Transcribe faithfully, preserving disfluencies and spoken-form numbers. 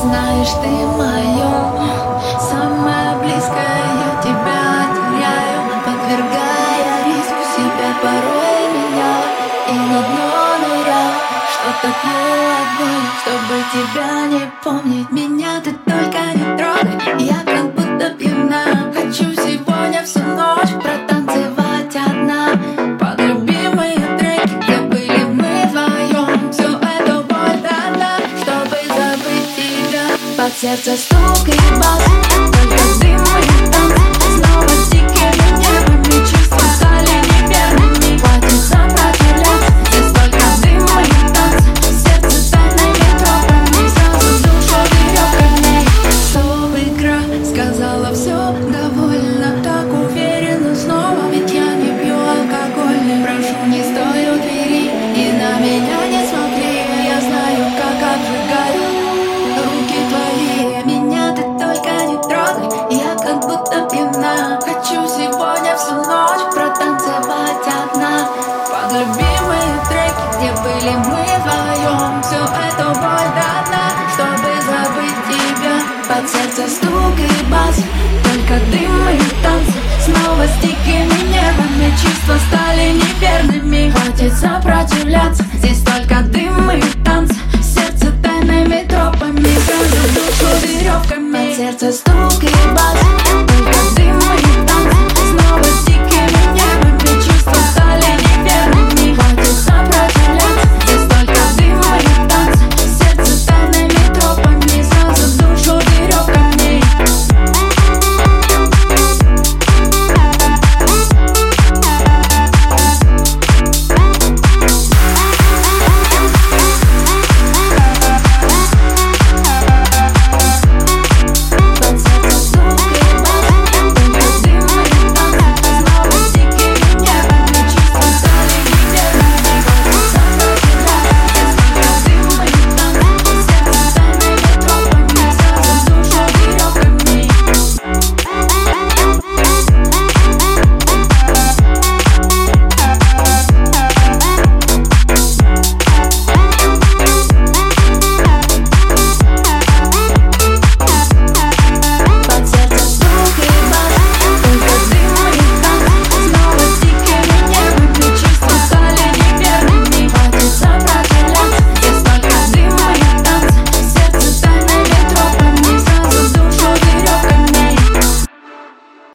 Знаешь, ты мое самое близкое, я тебя теряю, подвергая риску себя, порой меня и на дно ныряю. Что-то пью от боли, чтобы тебя не помнить. Меня ты только не трогай, я как будто пьяна. Хочу сегодня всю ночь протанцевать одна под любимые треки, где были мы вдвоем. Всю эту боль дана, чтобы забыть тебя. Под сердце стук и бас, только дым и танц. Снова с дикими нервами чувства стали неверными. Хватит сопротивляться, здесь только дым и танц. Сердце тайными тропами, сразу душу веревками. Стоп, игра, сказала все, довольно. Так уверенно снова, ведь я не пью алкоголь. Прошу, не стой у двери и на меня не смотри. Я знаю, как обжигаю руки твои. Меня ты только не трогай, я как будто пьяна. Хочу сегодня всю ночь протанцевать одна под любимые треки, где были мы вдвоем. Всю эту боль дана, чтобы забыть тебя. Под сердце стук и бас, только дым и танцы. Снова с дикими нервами чувства стали неверными. Хватит сопротивляться, здесь только дым и танцы. Сердце тайными тропами, сразу душу веревками. Под сердце стук и бас.